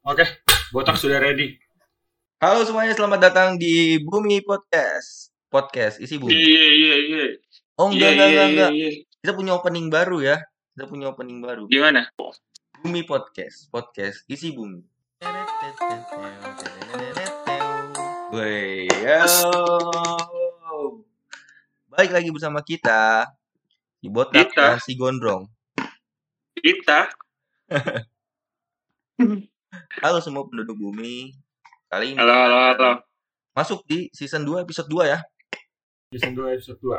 Oke, botak sudah ready. Halo semuanya, selamat datang di Bumi Podcast. Podcast isi bumi. Iya. Oh enggak. Iya. Kita punya opening baru ya. Gimana? Bumi Podcast. Podcast isi bumi. Wey, yo. Baik lagi bersama kita si botak Kita. dan si gondrong. Halo semua penduduk bumi. Kali ini Halo. masuk di season 2 episode 2 ya. Season 2 episode 2.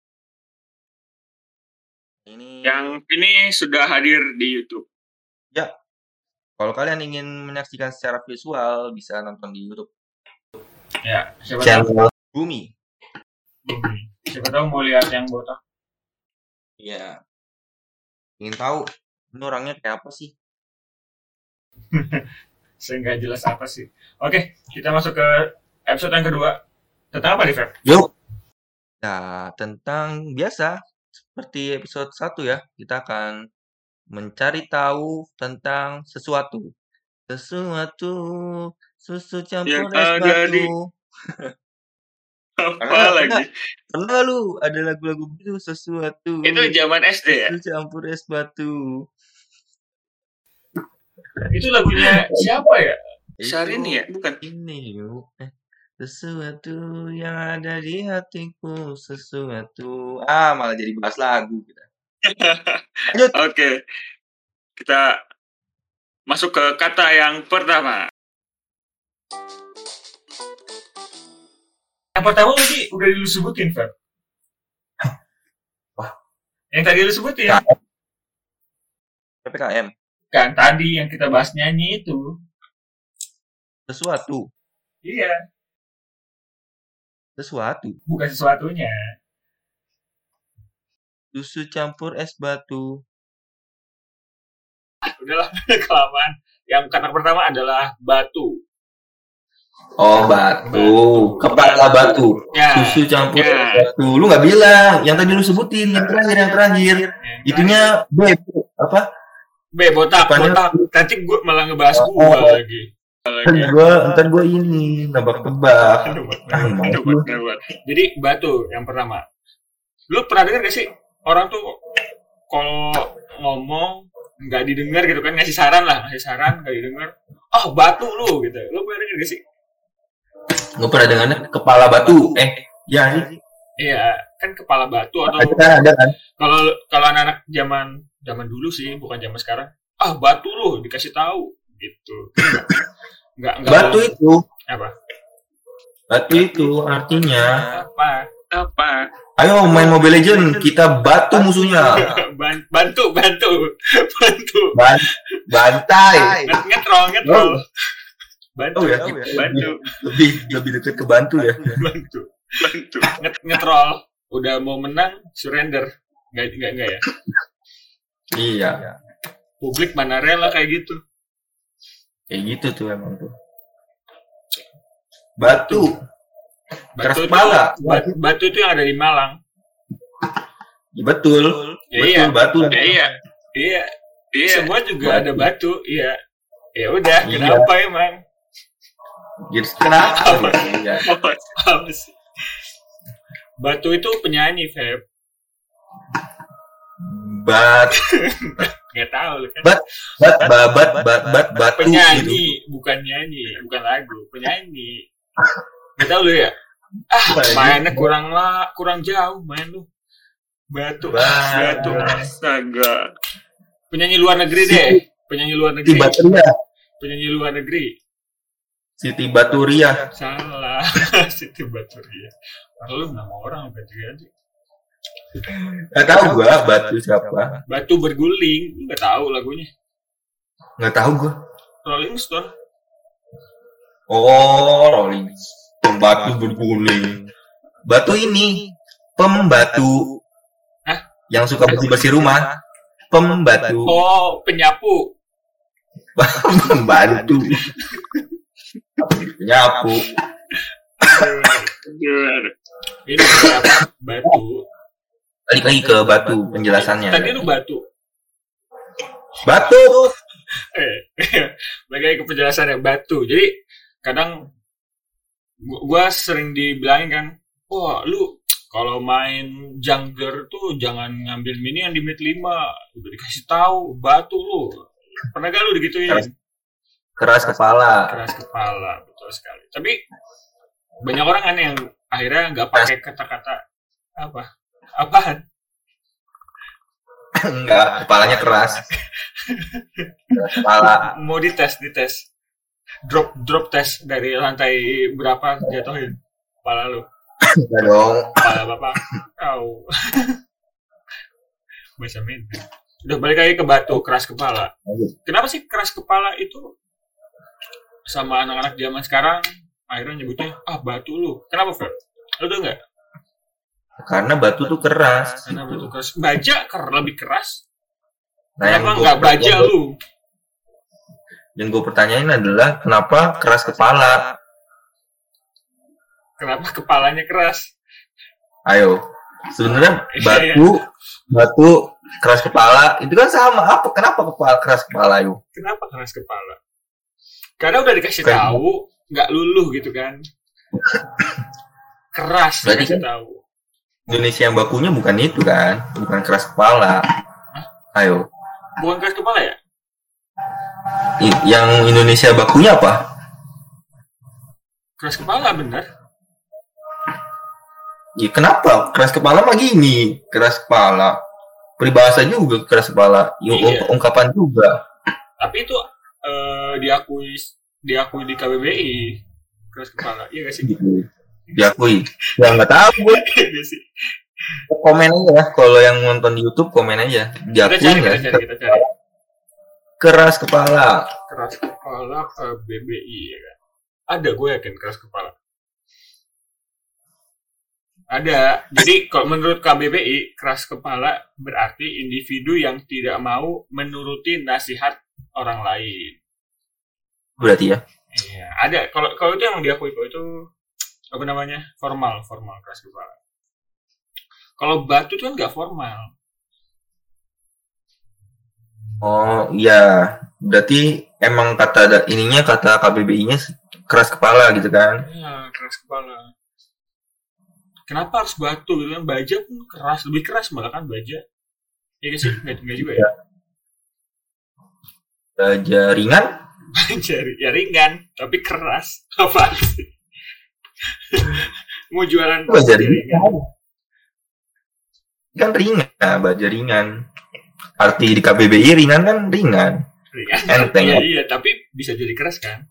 Yang ini sudah hadir di YouTube. Ya. Kalau kalian ingin menyaksikan secara visual bisa nonton di YouTube. Ya, siapa Channel Bumi. Siapa tahu mau lihat yang botak. Iya. Ingin tahu ini orangnya kayak apa sih? Sehingga jelas apa sih. Oke, kita masuk ke episode yang kedua. Tentang apa nih, Feb? Yuk. Nah, tentang biasa seperti episode 1 ya. Kita akan mencari tahu tentang sesuatu. Susu campur es batu. Apa lagi? Pernah lu ada lagu-lagu itu sesuatu. Itu zaman SD ya? Susu campur es batu. Itu lagunya siapa ya? Syahrini ya? Bukan. Ini yuk. Sesuatu yang ada di hatiku. Sesuatu. Malah jadi bahas lagu kita. Lanjut. Oke. Kita masuk ke kata yang pertama. Yang pertama udah lu sebutin, Feb. Wah. Yang tadi lu sebutin. PPKM. Kan tadi yang kita bahas nyanyi itu. Sesuatu. Iya. Sesuatu. Bukan sesuatunya. Susu campur es batu. Udahlah, kelamaan. Yang kata pertama adalah batu. Oh, batu. Kepala batu. Ya. Susu campur es batu. Lu nggak bilang. Yang tadi lu sebutin. Yang terakhir. Itunya B. Apa? B, botak. Nanti gue malah ngebahas gue lagi. Ntar gue ini nebak-nebak. Jadi batu yang pertama. Lu pernah dengar gak sih orang tuh kalau ngomong nggak didengar gitu kan, ngasih saran nggak didengar. Batu lu gitu. Lu pernah dengar gak sih? Gue pernah dengarnya kepala batu. Ya sih. Iya, kan kepala batu atau ada kan? Kalau anak-anak zaman dulu sih, bukan zaman sekarang. Batu lu dikasih tahu gitu. Enggak. Batu itu apa? Batu itu artinya apa? Ayo main Mobile Legends, kita batu musuhnya. Bantu. Bantai. Ngetrol. Bantu. Ya. Bantu. Lebih dekat ke bantu ya. Bantu. Ngetrol. Udah mau menang, surrender. Enggak ya? Iya. Publik mana rela kayak gitu. Kayak gitu tuh emang tuh. Batu kepala. Batu itu yang ada di Malang. Ya, betul. Iya. Batu. Iya. Semua juga ada batu. Iya. Ya udah, kenapa emang? Kenapa? Apa sih? Batu itu penyanyi, Feb. Nggak tahu kan. Batu. Penyanyi, gitu. Bukan nyanyi, bukan lagu, penyanyi. Nggak tahu lu ya? Mainnya kurang jauh main lu. Batu. Astaga. Penyanyi luar negeri deh. Penyanyi luar negeri. Siti Baturia. Salah. Siti Baturia. Lu nama orang ganti. Gak tahu gua batu siapa. Batu berguling. Lu gak tahu lagunya? Gak tahu gua. Rolling Stone. Oh, Rolling Stone. Batu berguling. Batu ini pembatu. Hah? Yang suka bersih-bersih rumah. Pembatu. Oh, penyapu. Pembantu. Penyapu. Ini batu. Balik lagi ke batu penjelasannya. Tadi lu batu. Bagi ke penjelasannya batu. Jadi kadang gua sering dibilangin kan, wah lu kalau main jungler tuh jangan ngambil mini yang di mid 5. Udah dikasih tahu batu lu. Pernah gak lu digituin? Keras kepala. Keras kepala, betul sekali. Tapi banyak orang kan yang akhirnya nggak pakai kata-kata apaan? Enggak, kepalanya keras. Kepala. Mau dites. Drop tes dari lantai berapa jatuhin kepala lu? Enggak dong. Kepala bapak kau. Bisa main. Udah balik lagi ke batu, keras kepala. Kenapa sih keras kepala itu sama anak-anak zaman sekarang akhirnya nyebutnya batu lu? Kenapa, Fer? Lu tau nggak? Karena batu tuh keras. Karena batu keras. Baja lebih keras. Nah, kenapa nggak baja lu? Yang gue pertanyain adalah kenapa keras kepala? Kenapa kepalanya keras? Ayo, sebenarnya batu keras kepala itu kan sama. Kenapa kepala keras kepala yuk? Kenapa keras kepala? Karena udah dikasih tahu nggak luluh gitu kan? Keras dikasih tahu. Indonesia yang bakunya bukan itu kan? Bukan keras kepala. Hah? Ayo. Bukan keras kepala ya? Yang Indonesia bakunya apa? Keras kepala bener. Ya kenapa? Keras kepala mah gini, keras kepala. Peribahasa juga keras kepala. Iya. Ungkapan juga. Tapi itu diakui di KBBI keras kepala. Iya gak sih? Diakui. Ya nggak tahu gue. Iya sih. Komen aja ya. Kalau yang nonton di YouTube komen aja. Diakui nggak? Kita cari. Keras kepala. Keras kepala KBBI ya kan? Ada, gue yakin keras kepala. Ada. Jadi kalau menurut KBBI keras kepala berarti individu yang tidak mau menuruti nasihat orang lain. Berarti ya? Iya, ada. Kalau itu yang diakui, kalau itu apa namanya? Formal keras kepala. Kalau batu itu kan nggak formal. Oh iya, berarti emang kata KBBI-nya keras kepala gitu kan? Iya, keras kepala. Kenapa harus batu gitu kan? Baja pun keras, lebih keras malah kan baja. Iya sih, nggak juga ya? Baja ringan? Baja ya ringan, tapi keras. Apa sih? Mau jualan baja ringan? Kan ringan, baja ringan. Arti di KBBI ringan kan ringan. Enteng. Iya, tapi bisa jadi keras kan?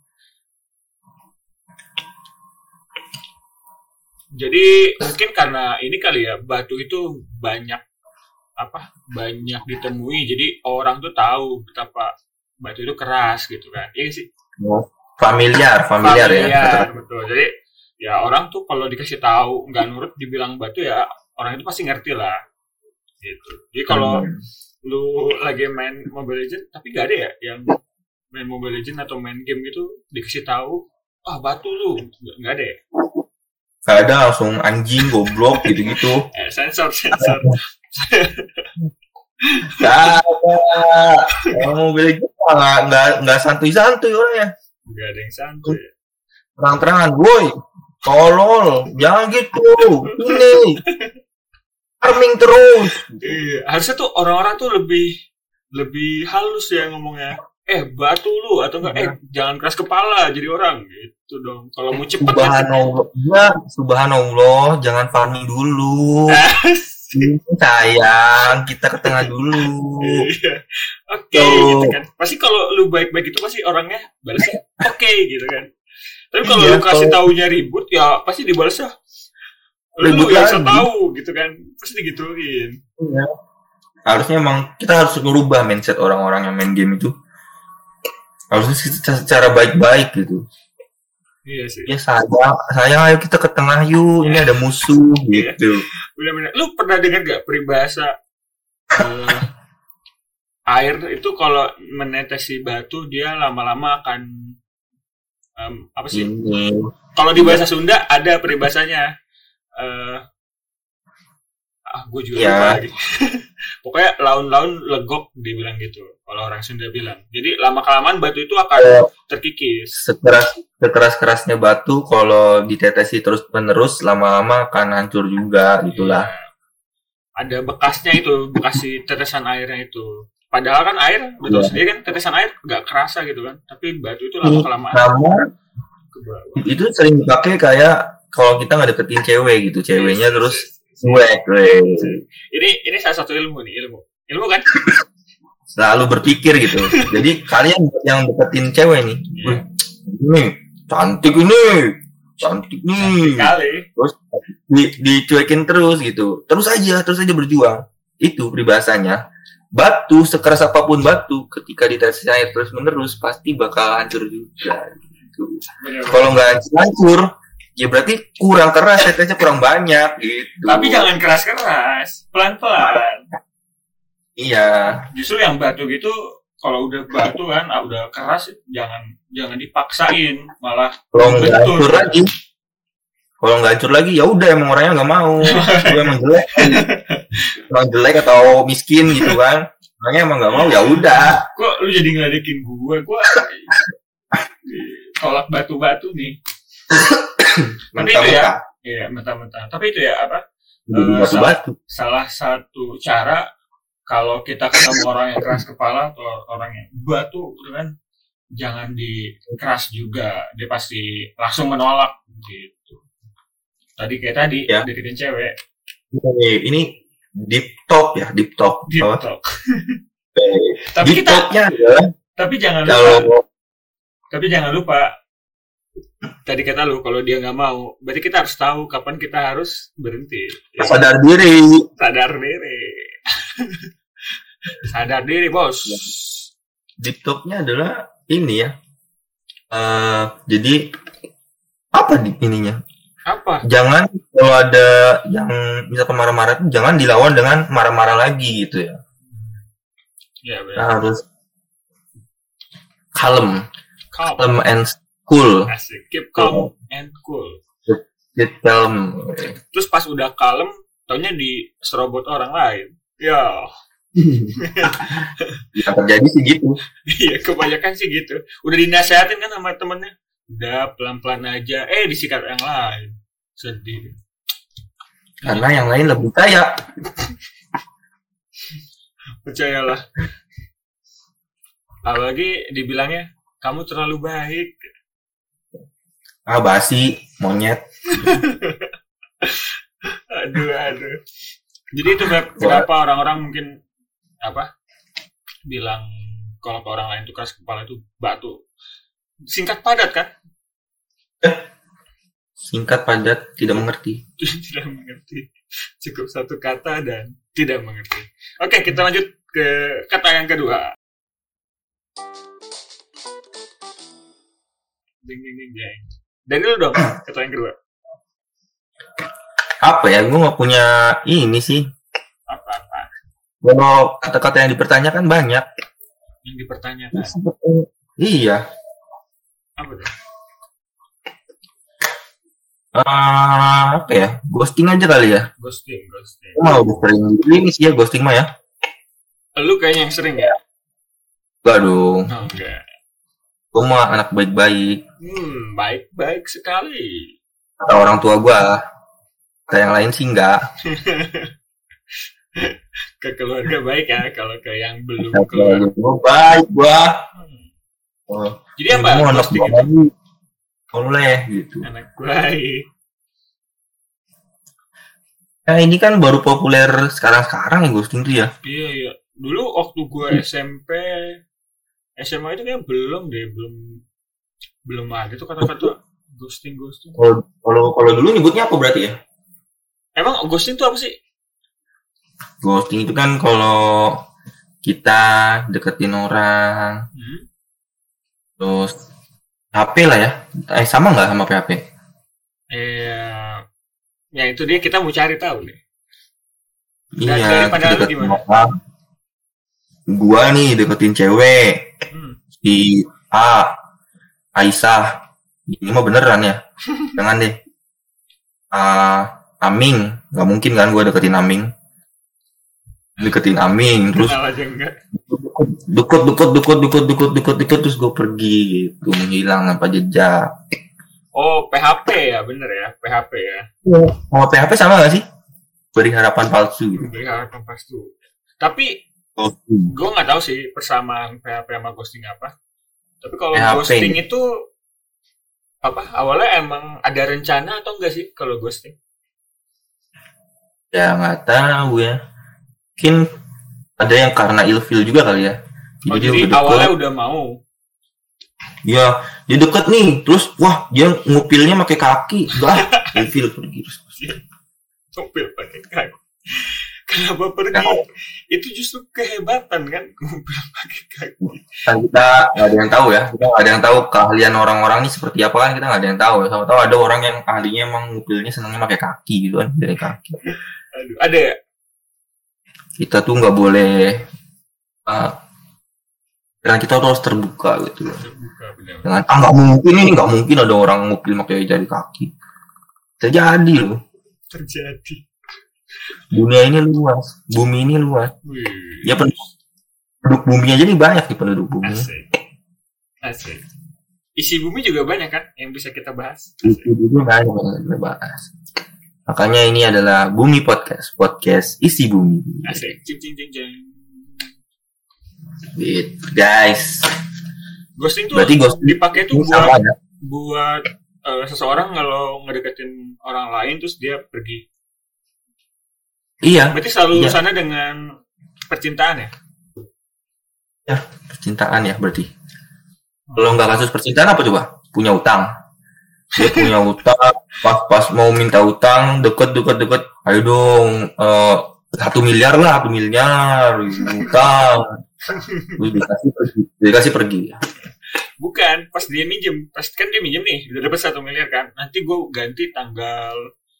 Jadi mungkin karena ini kali ya, batu itu banyak ditemui, jadi orang tuh tahu betapa batu itu keras gitu kan. Iya sih. Familiar ya. Betul. Jadi ya orang tuh kalau dikasih tahu nggak nurut dibilang batu ya orang itu pasti ngerti lah. Gitu. Jadi kalau lu lagi main Mobile Legends tapi gak ada ya yang main Mobile Legends atau main game gitu dikasih tahu batu lu nggak ada ya? Gak ada, langsung anjing goblok gitu-gitu. Sensor gak ada. Orang Mobile Legends nggak santuy-santuy orangnya. Nggak ada yang santuy. Terang-terangan, boy, tolol, jangan gitu. Ini farming terus. Iya, harusnya tuh orang-orang tuh lebih halus ya ngomongnya. Batu lu atau enggak jangan keras kepala jadi orang gitu dong. Kalau mau cepet Subhanallah, jangan farming dulu. Sayang, kita ke tengah dulu. Oke, gitu kan. Pasti kalau lu baik-baik itu pasti orangnya balasnya oke gitu kan. Tapi kalau lu kasih taunya ribut ya pasti dibalasnya lu yang bisa tahu gitu kan, pasti digituin. Iya. Harusnya emang kita harus merubah mindset orang-orang yang main game itu. Harusnya secara baik-baik gitu. Iya sih. Ya sayang ayo kita ke tengah yuk, ini ada musuh gitu. Benar-benar. Lu pernah dengar gak peribahasa air itu kalau menetesi batu dia lama-lama akan apa sih? Kalau di bahasa Sunda ada peribahasanya. Gue juga lupa lagi. Pokoknya laun-laun legok dibilang gitu. Kalau orang Sunda bilang. Jadi lama-kelamaan batu itu akan terkikis. Sekeras-kerasnya batu kalau ditetesi terus-menerus lama-lama akan hancur juga gitulah. Iya. Ada bekasnya itu, bekas si tetesan airnya itu. Padahal kan air, betul sendiri kan tetesan air nggak kerasa gitu kan. Tapi batu itu lama-kelamaan ke bawah. Itu sering dipakai kayak kalau kita nggak deketin cewek gitu, ceweknya terus cuek. Ini salah satu ilmu kan? Selalu berpikir gitu. Jadi kalian yang deketin cewek nih, ini cantik nih, kali. terus dicuekin terus gitu, terus aja berjuang. Itu peribahasanya. Batu sekeras apapun batu, ketika ditetes air terus menerus pasti bakal hancur juga. Gitu. Kalau nggak hancur, ya berarti kurang keras, tetesnya kurang banyak gitu. Tapi jangan keras-keras, pelan-pelan. Iya. Justru yang batu gitu, kalau udah batu kan, udah keras, jangan dipaksain, malah kalau nggak hancur lagi, ya udah emang orangnya nggak mau, gue emang jelek atau miskin gitu kan, orangnya emang nggak mau, ya udah. Kok lu jadi ngeledekin gue tolak batu-batu nih. Tapi itu ya, iya mentah-mentah. Tapi itu ya apa? Salah satu cara kalau kita ketemu orang yang keras kepala atau orang yang batu, kan jangan dikeras juga, dia pasti langsung menolak gitu. Tadi kayak tadi deketin cewek. Ini deep talk. Deep talk. Tapi deep talknya adalah. Tapi jangan lupa. Tadi kata lu, kalau dia nggak mau, berarti kita harus tahu kapan kita harus berhenti. Sadar diri. Sadar diri, bos. Deep talknya adalah ini ya. Jadi apa ininya? Apa? Jangan kalau ada yang misalkan marah-marah itu jangan dilawan dengan marah-marah lagi gitu ya. Ya benar. Nah, harus calm and cool. Asik. Keep calm and cool. Keep calm. Terus pas udah kalem, taunya diserobot orang lain. Ya. Yang terjadi sih gitu. Iya, kebanyakan sih gitu. Udah dinasehatin kan sama temennya. Udah pelan-pelan aja. Disikat yang lain. Sedih. Karena yang lain lebih kaya. Percayalah. Apalagi dibilangnya kamu terlalu baik. Basi, monyet. Aduh. Jadi itu kenapa orang-orang mungkin bilang kalau ke orang lain itu keras kepala itu batu. Singkat padat kan? Singkat padat, tidak mengerti. Tidak mengerti. Cukup satu kata dan tidak mengerti. Oke, kita lanjut ke kata yang kedua. Ding. Dan lu dong, kata yang kedua. Apa ya? Gue nggak punya ini sih. Apa? Kalau kata-kata yang dipertanyakan banyak. Yang dipertanyakan? Iya. Apa tuh? Apa ya? Ghosting aja kali ya? Ghosting. Udah sering ini sih ya ghosting mah ya. Lu kayaknya yang sering ya? Enggak dong. Enggak. Gue mah anak baik-baik. Baik-baik sekali. Kata orang tua gue. Kata yang lain sih enggak. Ke keluarga baik ya, kalau ke yang belum keluarga gue baik gue. Jadi apa? Ghosting itu? Oleh gitu. Anak baik. Nah ini kan baru populer sekarang ya ghosting tuh ya. Iya. Dulu waktu gue SMP, SMA itu kayak belum ada tuh kata-kata ghosting. Kalau dulu nyebutnya apa berarti ya? Emang ghosting itu apa sih? Ghosting itu kan kalau kita deketin orang, terus HP lah ya, sama nggak sama PHP? Ya itu dia, kita mau cari tahu nih. Iya. Daripada lu gimana? Gua nih deketin cewek, si Aisyah, ini mah beneran ya, jangan deh. Aming, nggak mungkin kan gua deketin Aming. deketin Aming, terus Kenal aja enggak. dukut terus gue pergi gitu, menghilang tanpa jejak. Oh, PHP ya, bener ya, PHP ya. Mau PHP sama gak sih? Beri harapan palsu gitu. Beri harapan palsu. Tapi Ghosting. gue nggak tahu sih persamaan PHP sama ghosting apa. Tapi kalau PHP. ghosting itu apa? Awalnya emang ada rencana atau enggak sih kalau ghosting? Ya nggak tahu ya. Mungkin ada yang karena ilfil juga kali ya. Oh, dia jadi udah deket. awalnya udah mau. Ya, dia deket nih, terus wah dia ngupilnya pakai kaki, bah, ilfil pergi terus. Ngupil pakai kaki. Kenapa pergi? Itu justru kehebatan kan, ngupil pakai kaki. Kan kita nggak ada yang tahu ya, kita nggak ada yang tahu keahlian orang-orang ini seperti apa kan, kita nggak ada yang tahu. Sama tahu ada orang yang ahlinya emang ngupilnya senangnya pakai kaki gitu kan, dari kaki. Aduh, ada ya? Kita tuh nggak boleh, dan kita harus terbuka gitu. Terbuka, benar. Dengan nggak mungkin ada orang ngupil pakai jari kaki. Terjadi loh. Terjadi. Dunia ini luas, bumi ini luas. Wih. Ya penduduk bumi aja nih banyak nih penduduk bumi. Asik. Isi bumi juga banyak kan yang bisa kita bahas. Isi bumi banyak yang kita bahas. Makanya ini adalah Bumi Podcast isi bumi. Asik. Cing. Gitu, guys. Ghosting tuh berarti ghosting dipakai tuh sama ya? buat seseorang kalau ngedeketin orang lain terus dia pergi. Iya. Berarti selalu iya. sana dengan percintaan ya? Ya, percintaan ya berarti. Kalau nggak kasus percintaan apa coba? Punya utang. Dia punya utang, pas mau minta utang, deket. Ayo dong, 1 miliar lah, 1 miliar utang. Terus dikasih pergi. Bukan, pas dia minjem, pas kan dia minjem nih, udah dapat 1 miliar kan. Nanti gue ganti tanggal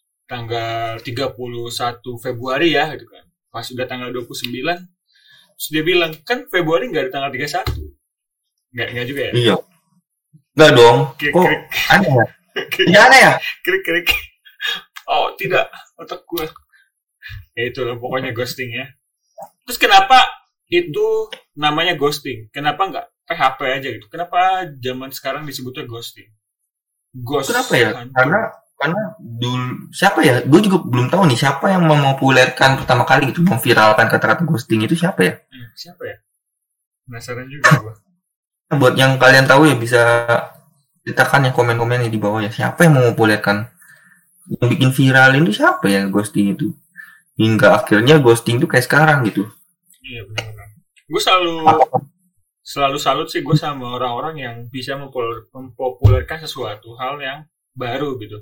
31 Februari ya gitu kan. Pas udah tanggal 29, terus dia bilang, kan Februari nggak ada tanggal 31. Nggak juga ya? Iya. Nggak dong. Krik. Aneh ya? Iya aneh ya? Krik. Oh, tidak. Otak gue. Ya itulah pokoknya ghosting ya. Terus kenapa itu namanya ghosting? Kenapa nggak PHP aja gitu? Kenapa zaman sekarang disebutnya ghosting? Kenapa ya? Karena dulu siapa ya? Gue juga belum tahu nih siapa yang mempopulerkan pertama kali gitu, memviralkan kata-kata ghosting itu siapa ya? Siapa ya? Penasaran juga gue. Buat yang kalian tahu ya bisa ceritakan ya komen-komen di bawah ya. Siapa yang mempopulerkan, yang bikin viral itu siapa ya ghosting itu? Hingga akhirnya ghosting itu kayak sekarang gitu. Iya benar-benar. Gue selalu salut sih gue sama orang-orang yang bisa mempopulerkan sesuatu hal yang baru gitu.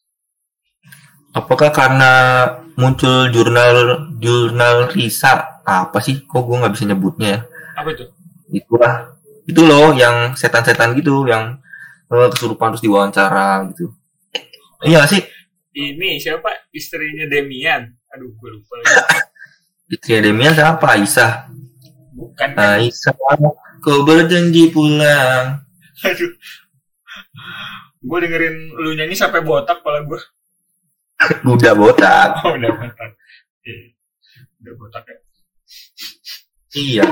Apakah karena muncul jurnal Risa apa sih? Kok gue nggak bisa nyebutnya ya? Apa itu? Itu loh yang setan-setan gitu, yang kesurupan terus diwawancara gitu. Iya sih. Ini siapa istrinya Demian? Aduh gue lupa lagi. Istrinya Demian siapa? Aisyah. Bukan. Aisyah, kau berjanji pulang. Aduh. Gue dengerin lu nyanyi sampai botak kepala gue. Udah botak. Oh, udah botak. Iya. Udah botak ya. Iya.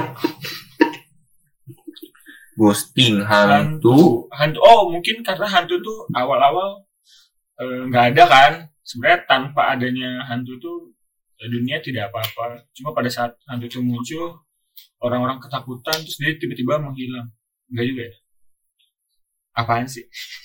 Ghosting, hantu. Oh, mungkin karena hantu tuh awal-awal nggak ada kan. Sebenarnya tanpa adanya hantu tuh dunia tidak apa-apa. Cuma pada saat hantu itu muncul, orang-orang ketakutan terus dia tiba-tiba menghilang. Enggak juga ya? Apaan sih?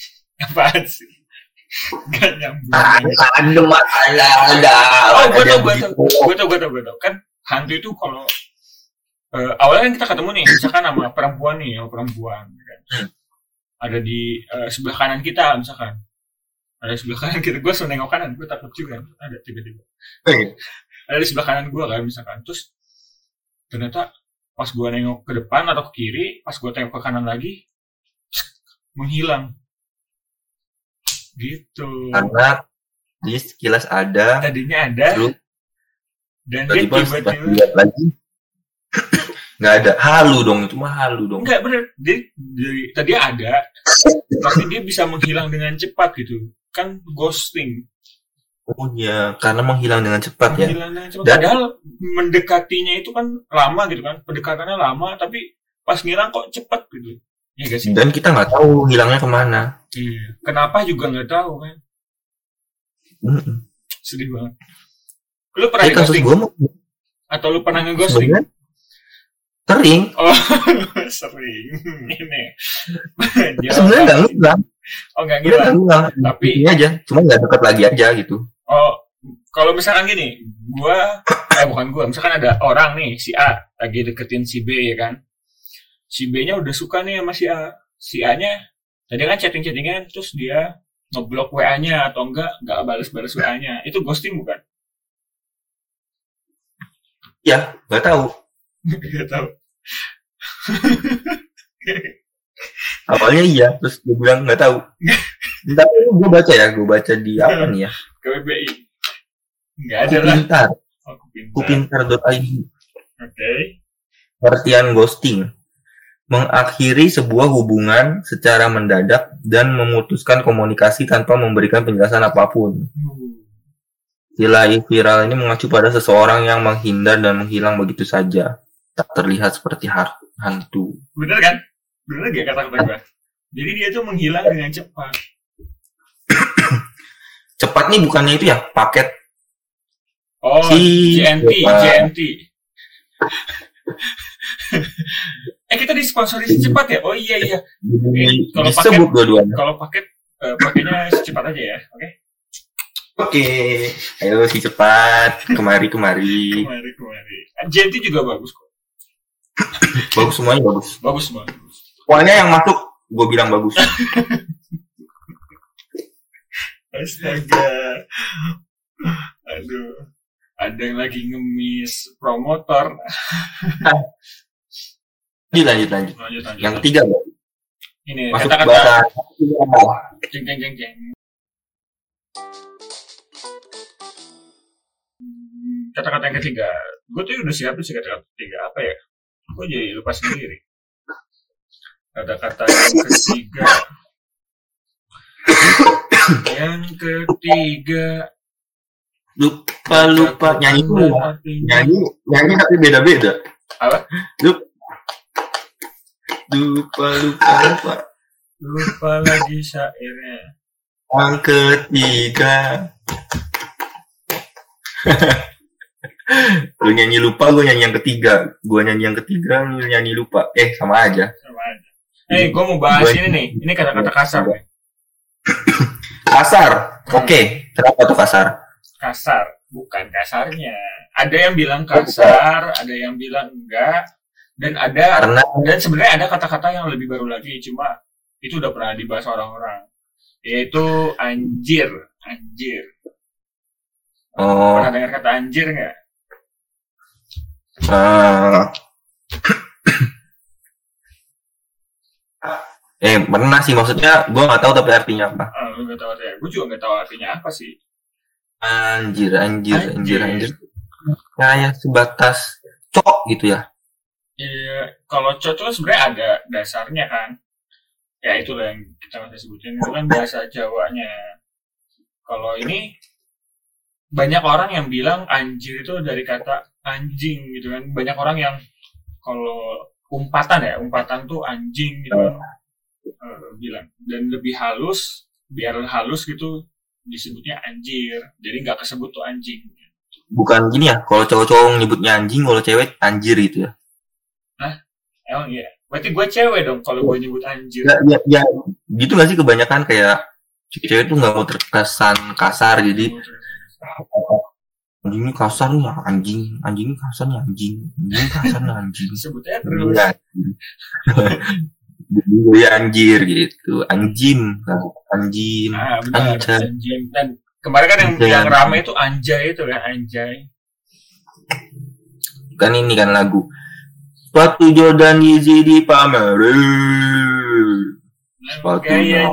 Gak nyambung. Ada masalah. Oh, gue tau. Kan hantu itu kalau awalnya kan kita ketemu nih, misalkan sama perempuan nih, kan. Ada di sebelah kanan kita, misalkan. Ada di sebelah kanan kita, gue selalu nengok kanan, gue takut juga. Ada tiba-tiba. Ada di sebelah kanan gue kan, misalkan. Terus ternyata pas gue nengok ke depan atau ke kiri, pas gue tengok ke kanan lagi, menghilang. Gitu. Karena dia sekilas ada. Tadinya ada. Terus, dan dia tiba-tiba lihat lagi. Nggak ada. Halu dong. Nggak bener. Tadi ada. Tapi dia bisa menghilang dengan cepat gitu. Kan ghosting. Oh ya, karena menghilang dengan cepat ya. Menghilang dengan cepat. Padahal mendekatinya itu kan lama gitu kan, pendekatannya lama, tapi pas ngilang kok cepat gitu. Iya gak sih? Dan kita nggak tahu hilangnya kemana. Iya. Kenapa juga nggak tahu kan? Mm-mm. Sedih banget. Lu pernah Kasus ghosting? gue Atau lu pernah nge-ghosting? sebenarnya sering. Oh, sering. Ini. Sebenarnya nggak ngilang. Oh, nggak Nggak ngilang. ngilang. Tapi Ini aja, cuma nggak dekat lagi aja gitu. oh, kalau misalkan gini, bukan gua, misalkan ada orang nih, si A lagi deketin si B ya kan. Si B-nya udah suka nih sama si A. Si A-nya tadi kan chatting-chattingan, terus dia ngeblok WA-nya atau nggak balas-balas WA-nya. Itu ghosting bukan? Ya, nggak tahu. Nggak tahu. Awalnya iya, terus gue bilang nggak tahu. Tapi gue baca di apa nih ya? KBBI. Nggak ada lah. Kupintar, Oh, Kupintar. kupintar.id. Oke. Pengertian ghosting: mengakhiri sebuah hubungan secara mendadak dan memutuskan komunikasi tanpa memberikan penjelasan apapun. Istilah viral ini mengacu pada seseorang yang menghindar dan menghilang begitu saja, tak terlihat seperti hantu. Bener kan? Bener gak kata-kata gue? Jadi dia tuh menghilang dengan cepat. Cepat nih bukannya itu ya, paket Oh, Si- GNT. Kita disponsori secepat ya? Oh iya. Kalau disebut dua-duanya. Kalau pakainya secepat aja ya, oke? Oke, ayo si cepat, kemari. Kemari. GNT juga bagus kok. Bagus semuanya bagus. Bagus banget. Pokoknya yang masuk, gue bilang bagus. Astaga. Aduh. Ada yang lagi ngemis promotor. Lanjut. Lanjut. Yang ketiga, Bang. Ini Masuk kata-kata bahasa. jeng. Kata-kata yang ketiga. Gue tuh udah siapin sih kata-kata ketiga. Apa ya? Gue jadi lupa sendiri. Kata-kata yang ketiga. Lupa nyanyi tapi beda-beda. Apa? Lupa lagi syairnya. Yang ketiga. Lu nyanyi lupa, gue nyanyi yang ketiga. Gue nyanyi yang ketiga, lu nyanyi lupa. Sama aja. Gue mau bahas ini nih. Ini kata-kata kasar. Kasar. Oke. Kenapa tuh kasar? Kasar, bukan kasarnya. Ada yang bilang kasar, ada yang bilang enggak, dan sebenarnya ada kata-kata yang lebih baru lagi, cuma itu udah pernah dibahas orang-orang, yaitu anjir. Oh. Pernah dengar kata anjir nggak? Pernah sih, maksudnya gue nggak tahu tapi artinya apa. Lu nggak tahu artinya? Gue juga nggak tahu artinya apa sih. Anjir. Kayak sebatas cok gitu ya. Iya, kalau cok itu sebenarnya ada dasarnya kan. Ya itulah yang kita masih sebutin, itu kan bahasa Jawanya. Kalau ini banyak orang yang bilang anjir itu dari kata anjing gitu kan. Banyak orang yang kalau umpatan tuh anjing gitu kan. Bilang, dan lebih halus, biar halus gitu disebutnya anjir, jadi nggak kesebut tuh anjing. Bukan gini ya, kalau cowok-cowok nyebutnya anjing, kalau cewek anjir gitu ya? Emang iya, berarti gue cewek dong kalau gue nyebut anjir. Ya gitu nggak sih, kebanyakan kayak cewek tuh nggak mau terkesan kasar, jadi anjing ini kasar nih, anjing ini kasarnya anjing sebutnya terus jadi anjir gitu, anjim. Benar, anjim. Dan kemarin kan yang ramai itu anjay itu kan, anjay. Kan ini kan lagu sepatu Jordan Yeezy dipamerin. Sepatunya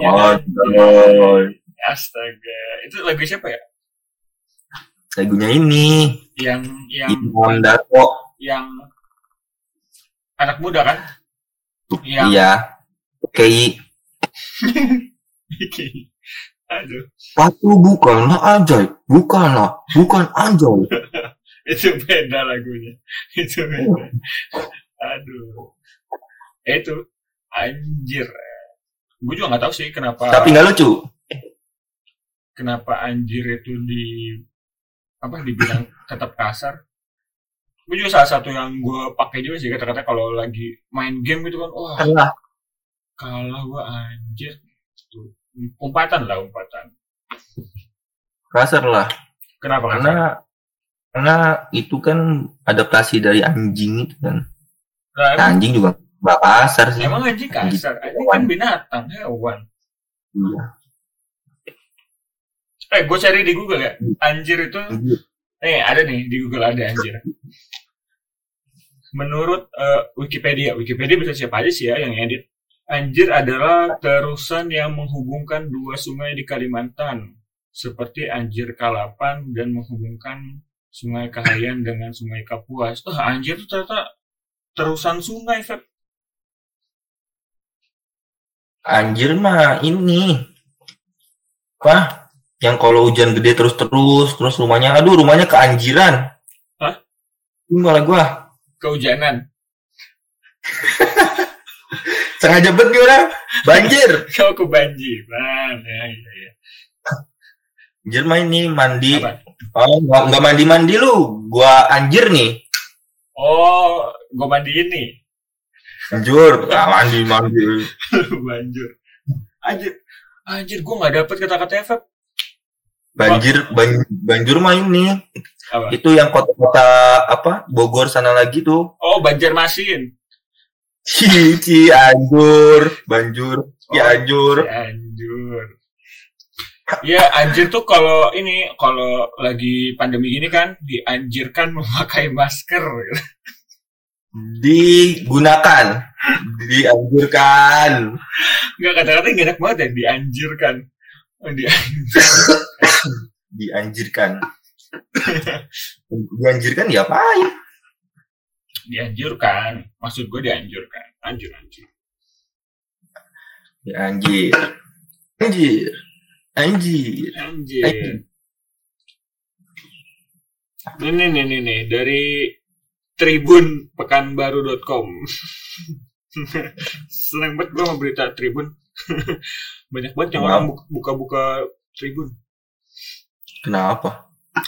Astaga, itu lagu siapa ya? Lagunya ini yang Imam Darto, yang anak muda kan? Iya. Oke. Aduh. Patuh bukanlah ajaib, bukan anjay. Itu beda lagunya. Itu beda. Aduh. Itu anjir. Gue juga nggak tahu sih kenapa. Tapi nggak lucu. Kenapa anjir itu dibilang tetap kasar. Gue juga salah satu yang gue pakai juga sih kata-kata kalau lagi main game gitu kan. Wah. Kalah gue anjir. Umpatan. Kasar lah. Kenapa kasar? Karena itu kan adaptasi dari anjing itu kan. Nah, anjing juga nggak kasar sih. Emang anjing kasar? Anjing kan binatang, hewan. Iya. Gue cari di Google ya. Anjir itu, ada nih di Google ada anjir. Menurut Wikipedia bisa siapa aja sih ya yang edit. Anjir adalah terusan yang menghubungkan dua sungai di Kalimantan, seperti Anjir Kalapan dan menghubungkan Sungai Kahayan dengan Sungai Kapuas. Anjir itu ternyata terusan sungai, Feb. Anjir mah ini apa? Yang kalau hujan gede terus rumahnya keanjiran. Hah? Ini malah gua kehujanan. Sengaja banget gue orang banjir. Kau kebanjiran. Ya. Anjir mah ini mandi. Apa? Oh, nggak mandi lu. Gua anjir nih. Oh, gua mandiin nih. Anjur, mandi. Banjir. Anjir, gua nggak dapet kata-kata efek. Banjir mah ini. Apa? Itu yang kota-kota apa? Bogor sana lagi tuh. Oh, Banjarmasin. Banjur. Anjur. Ya, anjir tuh kalau lagi pandemi gini kan dianjurkan memakai masker. Dianjurkan. Enggak, kata-kata gak enak banget ya, dianjurkan. Dianjurkan diapain? Dianjurkan. Maksud gue dianjurkan. Anjir. Anjir. Ini dari tribunpekanbaru.com. Seneng banget gue mau berita Tribun. Banyak banget yang orang buka-buka Tribun. Kenapa?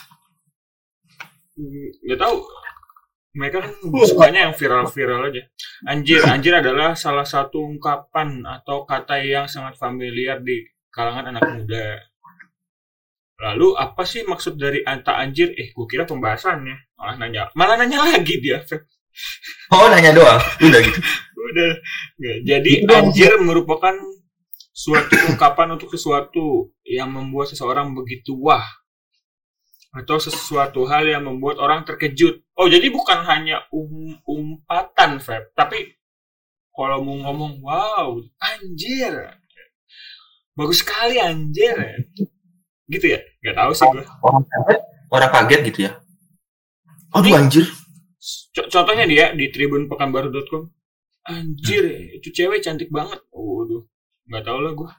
Gak tahu. Mereka kan sukanya yang viral-viral aja. Anjir adalah salah satu ungkapan atau kata yang sangat familiar di kalangan anak muda. Lalu apa sih maksud dari anta anjir? Gue kira pembahasannya. Malah nanya lagi dia. Oh, nanya doang. Udah gitu. Udah. Jadi anjir merupakan suatu ungkapan untuk sesuatu yang membuat seseorang begitu wah. Atau sesuatu hal yang membuat orang terkejut. Oh, jadi bukan hanya umpatan, Feb. Tapi kalau mau ngomong, wow, anjir. Bagus sekali, anjir. Gitu ya? Gak tahu sih gue. Orang kaget gitu ya? Aduh, anjir. Contohnya dia di tribunpekanbaru.com. Anjir, itu cewek cantik banget. Waduh, gak tahu lah gue.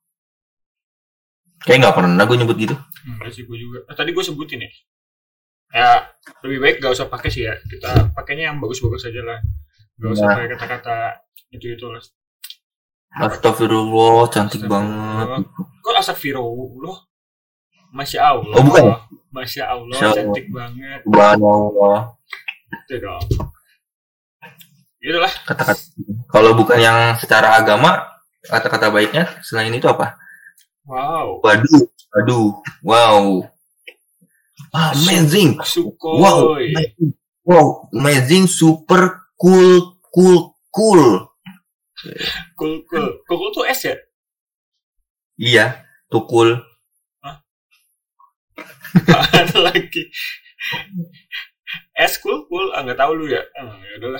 Kayak gak pernah gue nyebut gitu. Enggak sih, gue juga. Tadi gue sebutin ya. Ya, lebih baik gak usah pakai sih ya. Kita pakainya yang bagus-bagus aja lah. Gak usah pakai kata-kata itu lah. Astagfirullah, cantik banget. Kok astagfirullah? Masya Allah. Oh, bukan. Masya Allah, cantik banget. Subhanallah. Itu dong. Itulah. Kata-kata. Kalau bukan yang secara agama, kata-kata baiknya selain itu apa? Wow. Waduh. Wow. Amazing. Sukhoi. Wow. Amazing. Super cool. Cool tuh S ya? Iya. Tukul. Hah? Apaan lagi? S cool? Nggak tahu lu ya? Ya udahlah.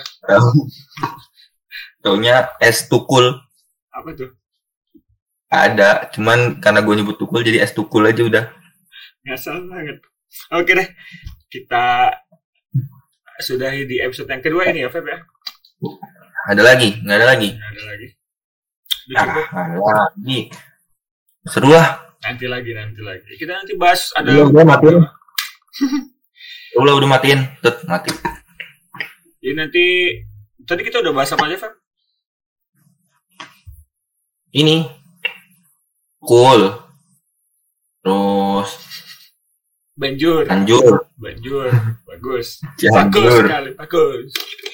Taunya S tukul. Apa tuh? Ada, cuman karena gue nyebut tukul jadi es tukul aja udah. Ngasal banget. Oke deh, kita sudahi di episode yang kedua ini ya, Feb ya. Ada lagi? Nggak ada lagi. Nggak ada lagi. Lagi. Seru lah. Nanti lagi. Kita nanti bahas ada. Udah matiin. Udah matiin. Mati. Jadi nanti tadi kita udah bahas apa aja, Feb? Ini cool. Terus Banjur. Bagus. Cianjur. Bagus sekali, bagus.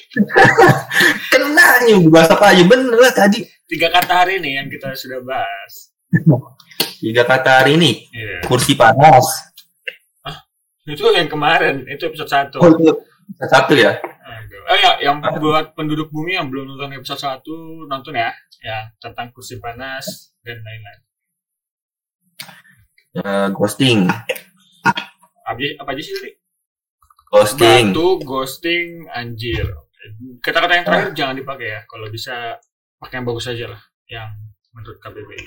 Kena nih bahas apa aja bener lah tadi. 3 kata hari ini yang kita sudah bahas. 3 kata hari ini. Iya. Kursi panas. Itu yang kemarin, itu episode 1. Oh, itu episode 1 ya? Ya, yang buat penduduk bumi yang belum nonton episode 1, nonton ya. Ya, tentang kursi panas dan lain-lain. Ghosting. Apa aja sih tadi? Ghosting. Batu, ghosting, anjir. Kata-kata yang terakhir jangan dipakai ya. Kalau bisa pakai yang bagus aja lah. Yang menurut KBBI.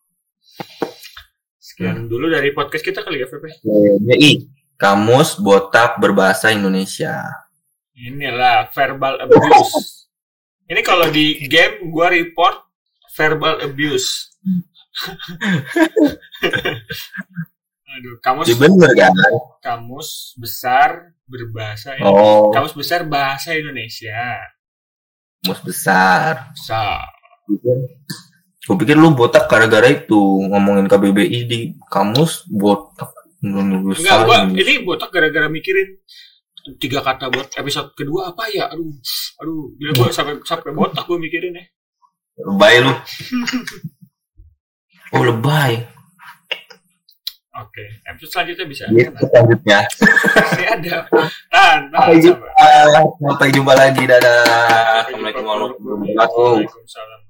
Sekian dulu dari podcast kita kali ya, VP. KBBI. Kamus Botak Berbahasa Indonesia. Inilah verbal abuse. Ini kalau di game gua report verbal abuse. Aduh, kamus. Bener kan? Kamus besar berbahasa Indonesia. Oh. Kamus besar bahasa Indonesia. Kamus besar. Besar. Gue pikir lu botak gara-gara itu ngomongin KBBI di kamus botak. Enggak, gua ini botak gara-gara mikirin 3 kata buat episode kedua apa ya? Aduh, gila gua sampai botak gua mikirin ya. Lebay lu. Oh, lebay. Oke, episode selanjutnya bisa. Selanjutnya. Masih ada. Sampai Sampai jumpa lagi. Dadah. Assalamualaikum warahmatullahi wabarakatuh. Waalaikumsalam.